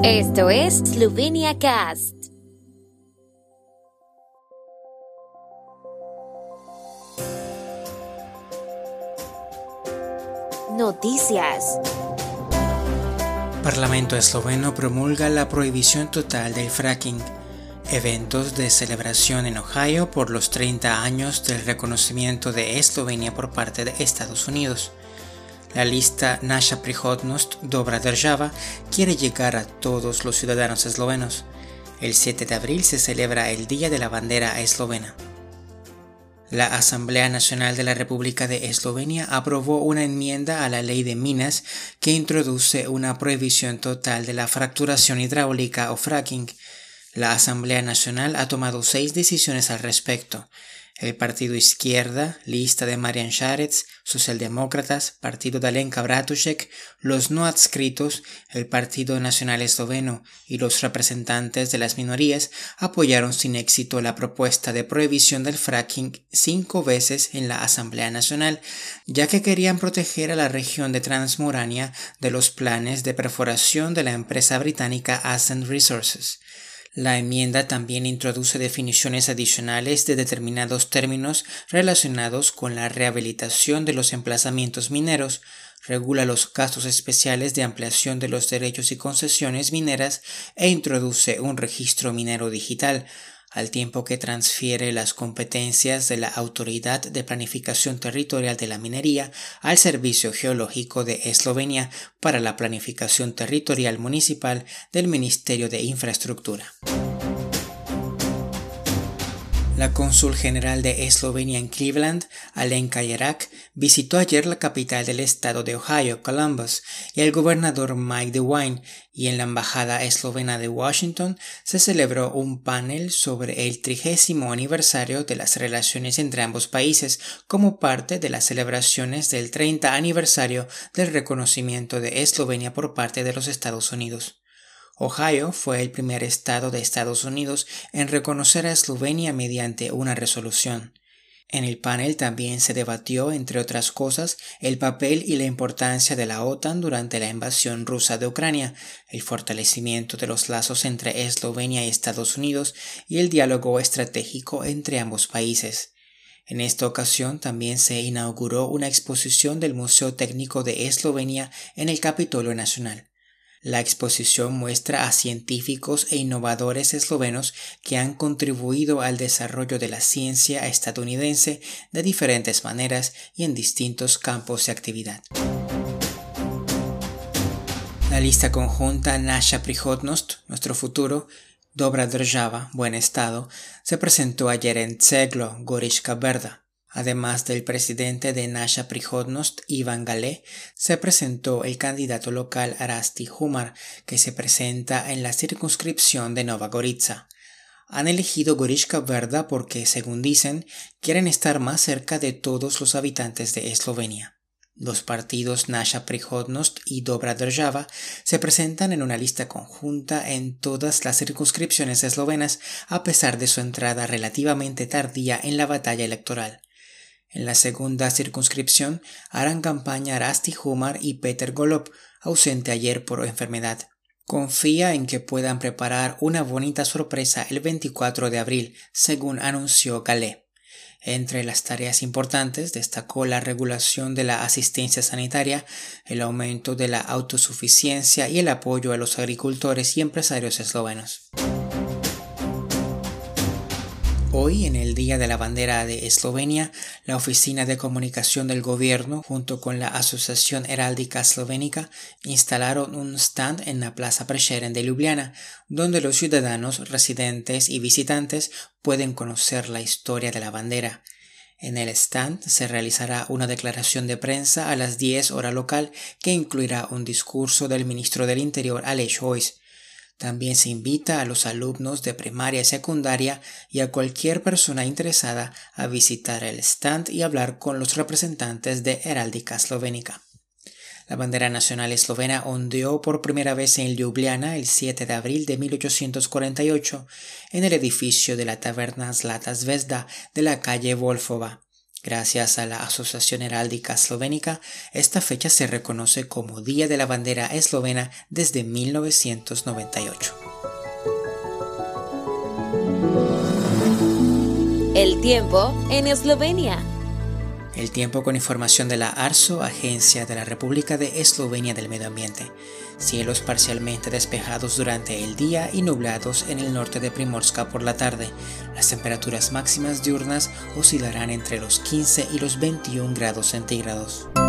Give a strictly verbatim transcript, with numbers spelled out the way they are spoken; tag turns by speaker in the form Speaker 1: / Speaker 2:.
Speaker 1: Esto es Slovenia Cast. Noticias.
Speaker 2: Parlamento esloveno promulga la prohibición total del fracking. Eventos de celebración en Ohio por los treinta años del reconocimiento de Eslovenia por parte de Estados Unidos. La lista Naša prihodnost dobra država quiere llegar a todos los ciudadanos eslovenos. El siete de abril se celebra el Día de la Bandera Eslovena. La Asamblea Nacional de la República de Eslovenia aprobó una enmienda a la Ley de Minas que introduce una prohibición total de la fracturación hidráulica o fracking. La Asamblea Nacional ha tomado seis decisiones al respecto. El Partido Izquierda, lista de Marian Šarec, Socialdemócratas, Partido de Alenka Bratušek, los no adscritos, el Partido Nacional Esloveno y los representantes de las minorías apoyaron sin éxito la propuesta de prohibición del fracking cinco veces en la Asamblea Nacional, ya que querían proteger a la región de Transmorania de los planes de perforación de la empresa británica Ascent Resources. La enmienda también introduce definiciones adicionales de determinados términos relacionados con la rehabilitación de los emplazamientos mineros, regula los casos especiales de ampliación de los derechos y concesiones mineras e introduce un registro minero digital, al tiempo que transfiere las competencias de la Autoridad de Planificación Territorial de la Minería al Servicio Geológico de Eslovenia para la planificación territorial municipal del Ministerio de Infraestructura. La cónsul general de Eslovenia en Cleveland, Alenka Jerák, visitó ayer la capital del estado de Ohio, Columbus, y el gobernador Mike DeWine, y en la embajada eslovena de Washington se celebró un panel sobre el trigésimo aniversario de las relaciones entre ambos países como parte de las celebraciones del treinta aniversario del reconocimiento de Eslovenia por parte de los Estados Unidos. Ohio fue el primer estado de Estados Unidos en reconocer a Eslovenia mediante una resolución. En el panel también se debatió, entre otras cosas, el papel y la importancia de la OTAN durante la invasión rusa de Ucrania, el fortalecimiento de los lazos entre Eslovenia y Estados Unidos y el diálogo estratégico entre ambos países. En esta ocasión también se inauguró una exposición del Museo Técnico de Eslovenia en el Capitolio Nacional. La exposición muestra a científicos e innovadores eslovenos que han contribuido al desarrollo de la ciencia estadounidense de diferentes maneras y en distintos campos de actividad. La lista conjunta Naša prihodnost, nuestro futuro, dobra država, buen estado, se presentó ayer en Ceglo, Goriška Brda. Además del presidente de Naša prihodnost, Ivan Gale, se presentó el candidato local Rasti Humar, que se presenta en la circunscripción de Nova Gorica. Han elegido Goriška Brda porque, según dicen, quieren estar más cerca de todos los habitantes de Eslovenia. Los partidos Naša prihodnost y Dobra država se presentan en una lista conjunta en todas las circunscripciones eslovenas, a pesar de su entrada relativamente tardía en la batalla electoral. En la segunda circunscripción harán campaña Rasti Humar y Peter Golob, ausente ayer por enfermedad. Confía en que puedan preparar una bonita sorpresa el veinticuatro de abril, según anunció Gale. Entre las tareas importantes destacó la regulación de la asistencia sanitaria, el aumento de la autosuficiencia y el apoyo a los agricultores y empresarios eslovenos. Hoy, en el Día de la Bandera de Eslovenia, la Oficina de Comunicación del Gobierno, junto con la Asociación Heráldica Eslovénica, instalaron un stand en la Plaza Prešeren de Ljubljana, donde los ciudadanos, residentes y visitantes pueden conocer la historia de la bandera. En el stand se realizará una declaración de prensa a las diez hora local que incluirá un discurso del ministro del Interior, Aleš Hojs. También se invita a los alumnos de primaria y secundaria y a cualquier persona interesada a visitar el stand y hablar con los representantes de Heráldica Eslovénica. La bandera nacional eslovena ondeó por primera vez en Ljubljana el siete de abril de mil ochocientos cuarenta y ocho en el edificio de la taberna Zlata Zvezda de la calle Wolfova. Gracias a la Asociación Heráldica Eslovénica, esta fecha se reconoce como Día de la Bandera Eslovena desde mil novecientos noventa y ocho.
Speaker 1: El tiempo en Eslovenia.
Speaker 2: El tiempo con información de la ARSO, Agencia de la República de Eslovenia del Medio Ambiente. Cielos parcialmente despejados durante el día y nublados en el norte de Primorska por la tarde. Las temperaturas máximas diurnas oscilarán entre los quince y los veintiún grados centígrados.